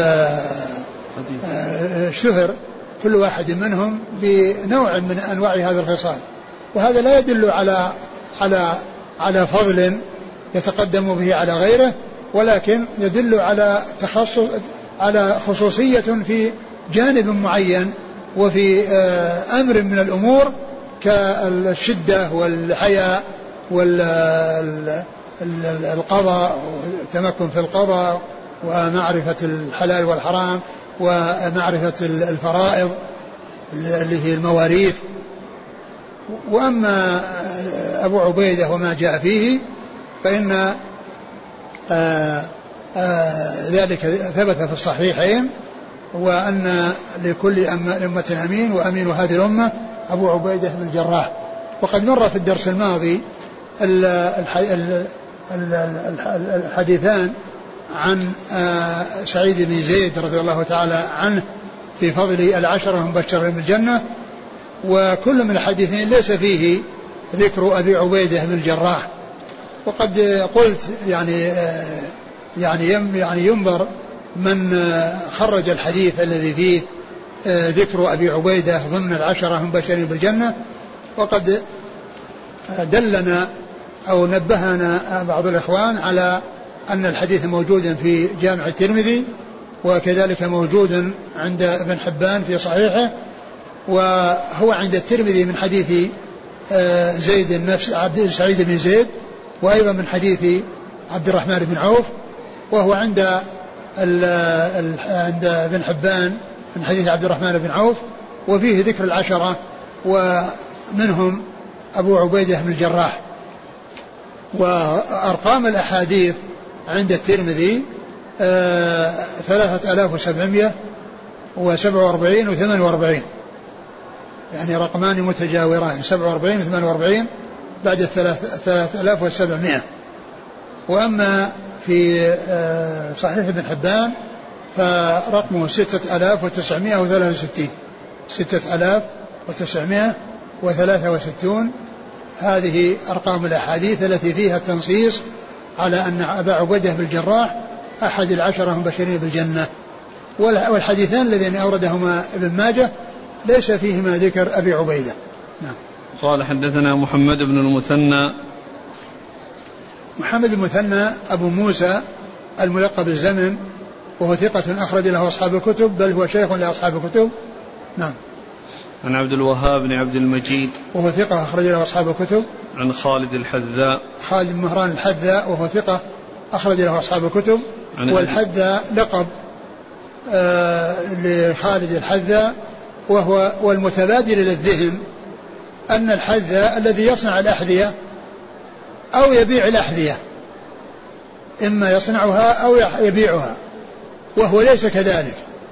فاشتهر كل واحد منهم بنوع من أنواع هذه الخصال، وهذا لا يدل على على على فضل يتقدم به على غيره، ولكن يدل على تخصص على خصوصية في جانب معين وفي أمر من الأمور كالشدة والحياء والقضاء والتمكن في القضاء ومعرفة الحلال والحرام ومعرفة الفرائض اللي هي المواريث. وأما أبو عبيدة وما جاء فيه فإن آآ آآ ذلك ثبت في الصحيحين، وأن لكل أمة أمين وأمين هذه الأمة أبو عبيدة بن الجراح. وقد مر في الدرس الماضي الحديثان عن سعيد بن زيد رضي الله تعالى عنه في فضل العشرة المبشرين بالجنة. وكل من الحديثين ليس فيه ذكر أبي عبيدة بن الجراح. وقد قلت يعني يعني يعني ينظر من خرج الحديث الذي فيه ذكر أبي عبيدة ضمن العشرة المبشرين بالجنة. وقد دلنا أو نبهنا بعض الإخوان على أن الحديث موجود في جامع الترمذي، وكذلك موجود عند ابن حبان في صحيحه، وهو عند الترمذي من حديث زيد النفس عبد سعيد بن زيد، وأيضا من حديث عبد الرحمن بن عوف، وهو عند عند ابن حبان من حديث عبد الرحمن بن عوف، وفيه ذكر العشرة ومنهم أبو عبيدة بن الجراح. وأرقام الأحاديث عند الترمذي ثلاثة آلاف وسبعمائة وسبعة وأربعين وثمان وأربعين، يعني رقمان متجاوران، سبعة وأربعين وثمان وأربعين بعد الثلاثة آلاف وسبعمائة. وأما في صحيح ابن حبان فرقمه ستة آلاف وتسعمائة وثلاثة وستين، ستة آلاف وتسعمائة وثلاثة وستون. هذه أرقام الأحاديث التي فيها التنصيص على أن أبا عبيدة بن الجراح أحد العشرة المبشرين بالجنة. والحديثان الذين أوردهما ابن ماجه ليس فيهما ذكر أبي عبيدة. نعم. قال حدثنا محمد بن المثنى. محمد المثنى أبو موسى الملقب الزمن، وهو ثقة أخرج له أصحاب الكتب، بل هو شيخ لأصحاب الكتب. نعم. عن عبد الوهاب بن عبد المجيد، وهو ثقة أخرج له أصحاب الكتب. عن خالد الحذاء، خالد بن مهران الحذاء، وهو ثقة أخرج له أصحاب الكتب. والحذاء لقب آه لخالد الحذاء، وهو والمتبادل إلى الذهن أن الحذاء الذي يصنع الأحذية أو يبيع الأحذية، إما يصنعها أو يبيعها، وهو ليس كذلك،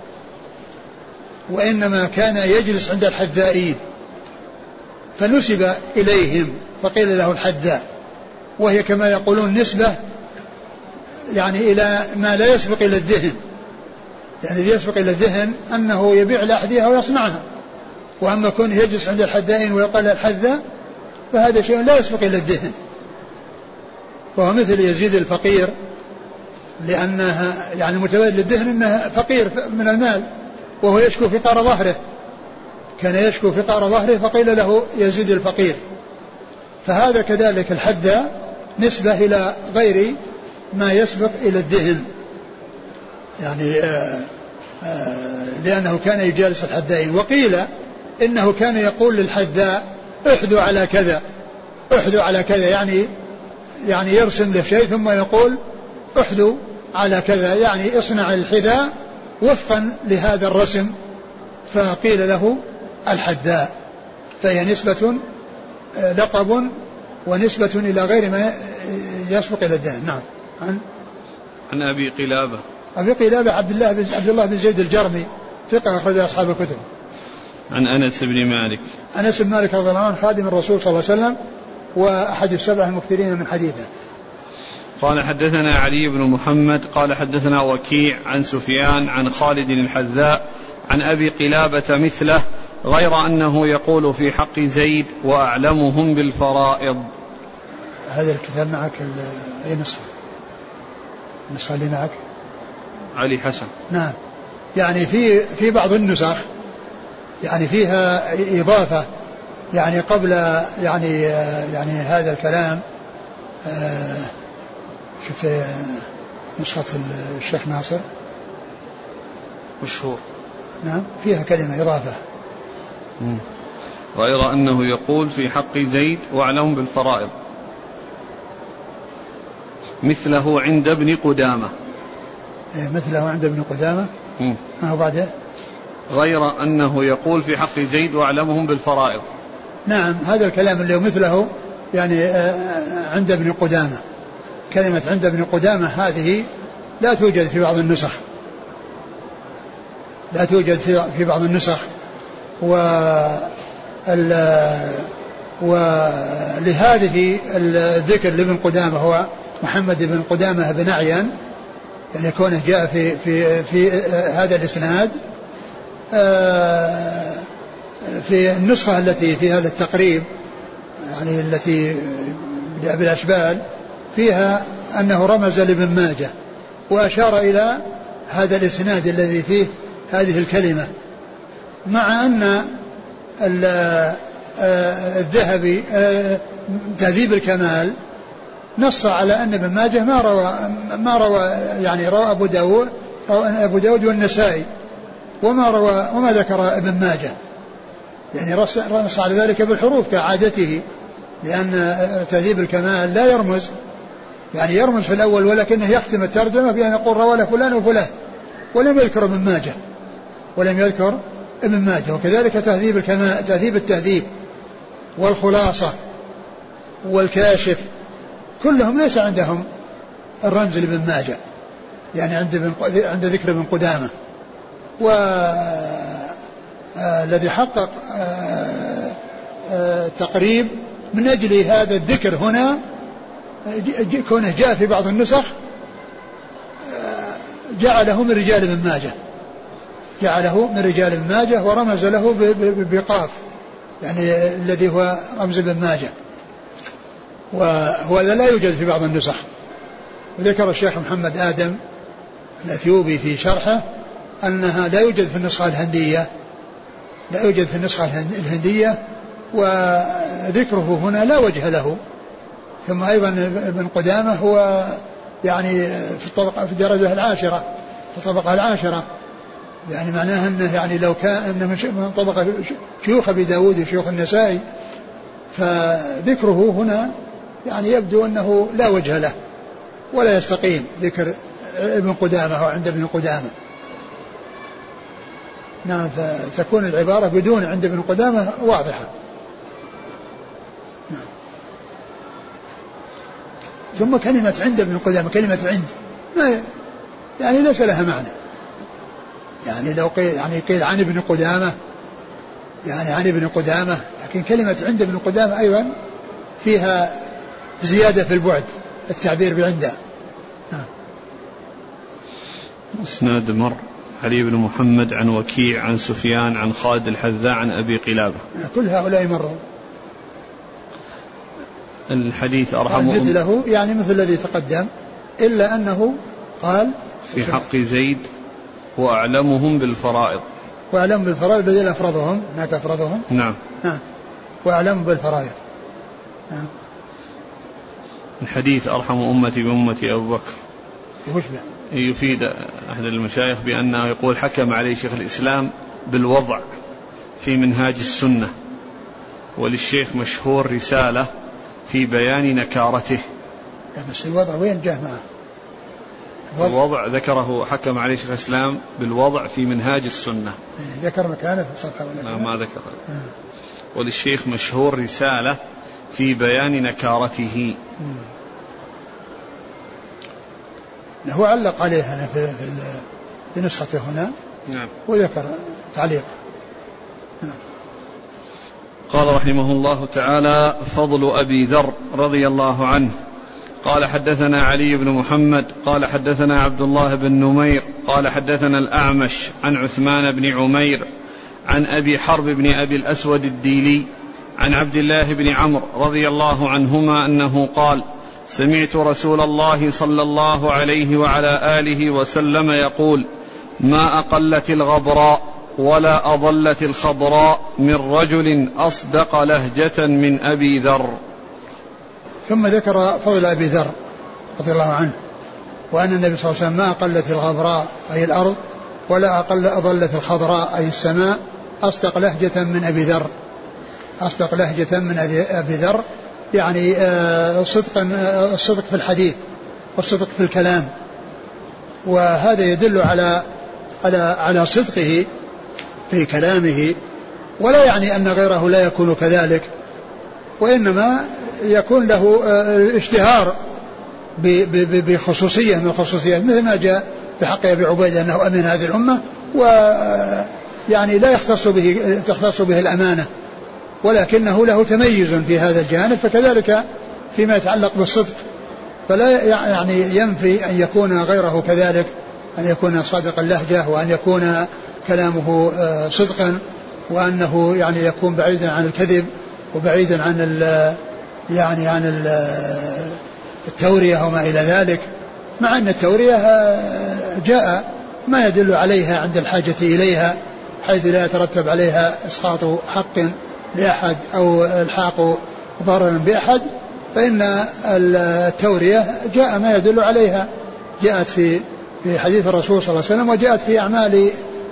وإنما كان يجلس عند الحذائين فنسب إليهم فقيل له الحذاء، وهي كما يقولون نسبة يعني إلى ما لا يسبق إلى الذهن، يعني يسبق إلى الذهن أنه يبيع الأحذية ويصنعها. وأما كونه يجلس عند الحذائين ويقال الحذاء فهذا شيء لا يسبق إلى الذهن. وهو مثل يزيد الفقير، لأنها يعني متبادل للذهن أنه فقير من المال، وهو يشكو فقار ظهره، كان يشكو فقار ظهره فقيل له يزيد الفقير. فهذا كذلك الحذاء نسبة إلى غير ما يسبق إلى الذهن، يعني آآ آآ لأنه كان يجالس الحذائين. وقيل إنه كان يقول للحذاء احذو على كذا، احذو على كذا، يعني يعني يرسم له شيء ثم يقول احذو على كذا، يعني اصنع الحذاء وفقا لهذا الرسم، فقيل له الحذاء. فهي نسبة لقب ونسبة إلى غير ما يسبق إلى الذهن. نعم. عن عن أبي قلابة. أبي قلابة عبد الله بن عبد الله بن زيد الجرمي، ثقة أخرج أصحاب الكتب. عن أنس بن مالك. أنس بن مالك رضي الله عنه خادم الرسول صلى الله عليه وسلم، وأحد السبعة المكثرين من حديثه. قال حدثنا علي بن محمد قال حدثنا وكيع عن سفيان عن خالد الحذاء عن أبي قلابة مثله، غير أنه يقول في حق زيد وأعلمهم بالفرائض. هذا الكتاب معك أي نسخة؟ النسخة اللي معك علي حسن. نعم. يعني في في بعض النسخ يعني فيها إضافة يعني قبل يعني يعني هذا الكلام. شوف نسخة الشيخ ناصر مشهور. نعم فيها كلمة إضافة. مم. غير أنه يقول في حق زيد وأعلم بالفرائض مثله عند ابن قدامة. مثله عند ابن قدامة. ها بعده غير أنه يقول في حق زيد وأعلمهم بالفرائض. نعم هذا الكلام اللي مثله يعني عند ابن قدامة. كلمة عند ابن قدامة هذه لا توجد في بعض النسخ، لا توجد في بعض النسخ. و ولهذه الذكر لابن قدامة هو محمد بن قدامة بن أعين، يعني كونه جاء في في في هذا الإسناد في النسخة التي فيها التقريب يعني التي بالأشبال فيها أنه رمز لابن ماجه وأشار إلى هذا الإسناد الذي فيه هذه الكلمة، مع أن الذهبي تهذيب الكمال نص على أن ابن ماجه ما روى ما روى يعني روى أبو داود أبو داود والنسائي وما روى وما ذكر ابن ماجه، يعني نص على ذلك بالحروف كعادته، لأن تهذيب الكمال لا يرمز، يعني يرمز في الأول ولكنه يختم الترجمة بأن يقول رواه فلان وفلان ولم يذكر ابن ماجه ولم يذكر ابن ماجه. وكذلك تهذيب الكمال تهذيب التهذيب والخلاصة والكاشف كلهم ليس عندهم الرمز لابن ماجه، يعني عند عند ذكر ابن قدامة. والذي حقق تقريب من أجل هذا الذكر هنا كونه جاء في بعض النسخ جعله من رجال ابن ماجه جعله من رجال ابن ماجه ورمز له بقاف، يعني الذي هو رمز ابن ماجه، وهذا لا يوجد في بعض النسخ. وذكر الشيخ محمد آدم الأثيوبي في شرحه أنها لا يوجد في النسخة الهندية لا يوجد في النسخة الهندية وذكره هنا لا وجه له. ثم أيضا ابن قدامة هو يعني في الطبقة في الدرجة العاشرة في الطبقة العاشرة، يعني معناها أنه يعني لو كان أنه من طبقة شيوخ أبي داود وشيوخ النسائي، فذكره هنا يعني يبدو أنه لا وجه له ولا يستقيم ذكر ابن قدامة أو عند ابن قدامة. نعم، فتكون العبارة بدون عند ابن قدامة واضحة. نعم. ثم كلمة عند ابن قدامة كلمة عند ما يعني ليس لها معنى، يعني لو قيل يعني قيل عن ابن قدامة يعني عن ابن قدامة، لكن كلمة عند ابن قدامة أيضا فيها زيادة في البعد التعبير بعندها. اسناد مر علي بن محمد عن وكيع عن سفيان عن خالد الحذاء عن أبي قلابة، كل هؤلاء مروا. الحديث أرحم مثله يعني مثل الذي تقدم، إلا أنه قال في حق زيد وأعلمهم بالفرائض وأعلم بالفرائض بدل أفرضهم هناك أفرضهم نعم نعم وأعلم بالفرائض. نعم. الحديث أرحم أمتي بأمتي أبو بكر يشبه يفيد أحد المشايخ بأنه يقول حكم عليه شيخ الإسلام بالوضع في منهاج السنة، وللشيخ مشهور رسالة في بيان نكارته. بس الوضع وين جاء معه؟ الوضع, الوضع ذكره حكم عليه شيخ الإسلام بالوضع في منهاج السنة، ذكر مكانه في الصفحة ولا لا ما ذكر. وللشيخ مشهور رسالة في بيان نكارته. هو علق عليه أنا في, في نسخته هنا. نعم. وذكر تعليق. نعم. قال رحمه الله تعالى: فضل أبي ذر رضي الله عنه. قال حدثنا علي بن محمد قال حدثنا عبد الله بن نمير قال حدثنا الأعمش عن عثمان بن عمير عن أبي حرب بن أبي الأسود الديلي عن عبد الله بن عمرو رضي الله عنهما أنه قال: سمعت رسول الله صلى الله عليه وعلى آله وسلم يقول: ما أقلت الغبراء ولا أضلت الخضراء من رجل أصدق لهجة من أبي ذر. ثم ذكر فضل أبي ذر رضي الله عنه، وأن النبي صلى الله عليه وسلم ما أقلت الغبراء أي الأرض ولا أقل أضلت الخضراء أي السماء أصدق لهجة من أبي ذر أصدق لهجة من أبي ذر، يعني صدق الصدق في الحديث والصدق في الكلام، وهذا يدل على على على صدقه في كلامه، ولا يعني أن غيره لا يكون كذلك، وإنما يكون له اشتهار بخصوصية من الخصوصيات، مثل ما جاء في حق أبي عبيدة أنه أمين هذه الأمة، ويعني لا يختص به تختص به الأمانة، ولكنه له تميز في هذا الجانب، فكذلك فيما يتعلق بالصدق، فلا يعني ينفي أن يكون غيره كذلك، أن يكون صادق اللهجة وأن يكون كلامه صدقا، وأنه يعني يكون بعيدا عن الكذب وبعيدا عن ال يعني عن ال التورية وما إلى ذلك، مع أن التورية جاء ما يدل عليها عند الحاجة إليها، حيث لا يترتب عليها إسقاط حق لأحد أو الحاق ضرر بأحد، فإن التورية جاء ما يدل عليها، جاءت في في حديث الرسول صلى الله عليه وسلم، وجاءت في أعمال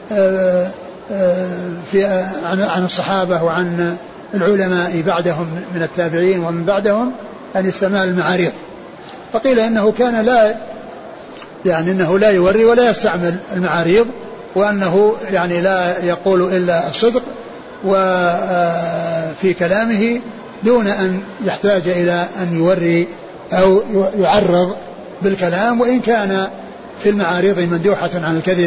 في عن الصحابة وعن العلماء بعدهم من التابعين ومن بعدهم أن استعمال المعاريض. فقيل إنه كان لا يعني إنه لا يوري ولا يستعمل المعاريض، وأنه يعني لا يقول إلا الصدق وفي كلامه دون أن يحتاج إلى أن يوري أو يعرض بالكلام، وإن كان في المعاريض مندوحة عن الكذب.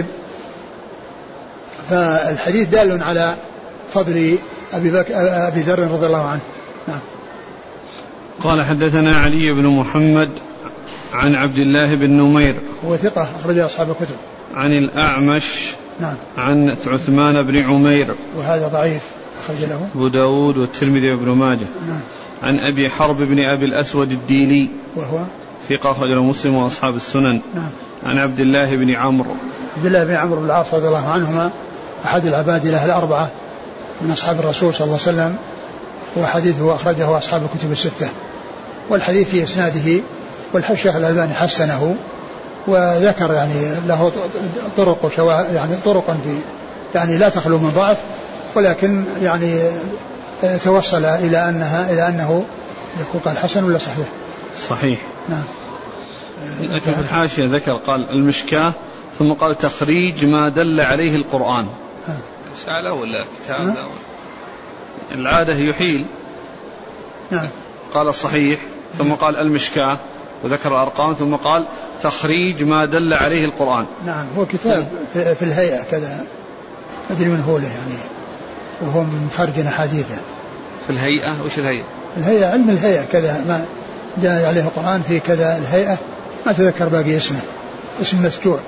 فالحديث دال على فضل أبي, بك... أبي ذر رضي الله عنه. نعم. قال حدثنا علي بن محمد عن عبد الله بن نمير هو ثقة أخرج أصحاب الكتب. عن الأعمش نعم. عن عثمان بن عمير وهذا ضعيف أخرج له أبو داود والترمذي وابن ماجه. نعم. عن أبي حرب بن أبي الأسود الديلي وهو ثقة أخرج له مسلم وأصحاب السنن. نعم. عن عبد الله بن عمرو عبد الله بن عمرو بن العاص رضي الله عنهما أحد العبادلة الأربعة من أصحاب الرسول صلى الله عليه وسلم، وحديثه أخرجه أصحاب الكتب الستة، والحديث في إسناده والشيخ الألباني حسنه وذكر يعني له طرق يعني طرق في يعني لا تخلو من ضعف، ولكن يعني توصل إلى أنها إلى أنه يكون قال حسن ولا صحيح؟ صحيح. نعم. لكن في الحاشية ذكر قال المشكاة ثم قال تخريج ما دل عليه القرآن. رسالة ولا كتاب؟ العادة يحيل. نعم. قال الصحيح ثم قال المشكاة وذكر الأرقام ثم قال تخريج ما دل عليه القرآن. نعم. هو كتاب في, في الهيئة كذا أدري من هو له يعني، وهو من خارج أحاديثه. في الهيئة وش الهيئة؟ الهيئة علم الهيئة كذا ما جاء عليه القرآن في كذا الهيئة، ما تذكر باقي اسمه، اسم مسجوع.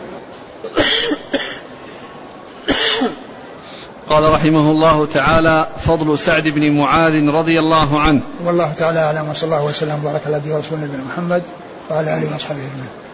قال رحمه الله تعالى فضل سعد بن معاذ رضي الله عنه. والله تعالى أعلم، وصلى الله وسلم وبارك على نبينا ورسولنا محمد وعلى آله وأصحابه أجمعين.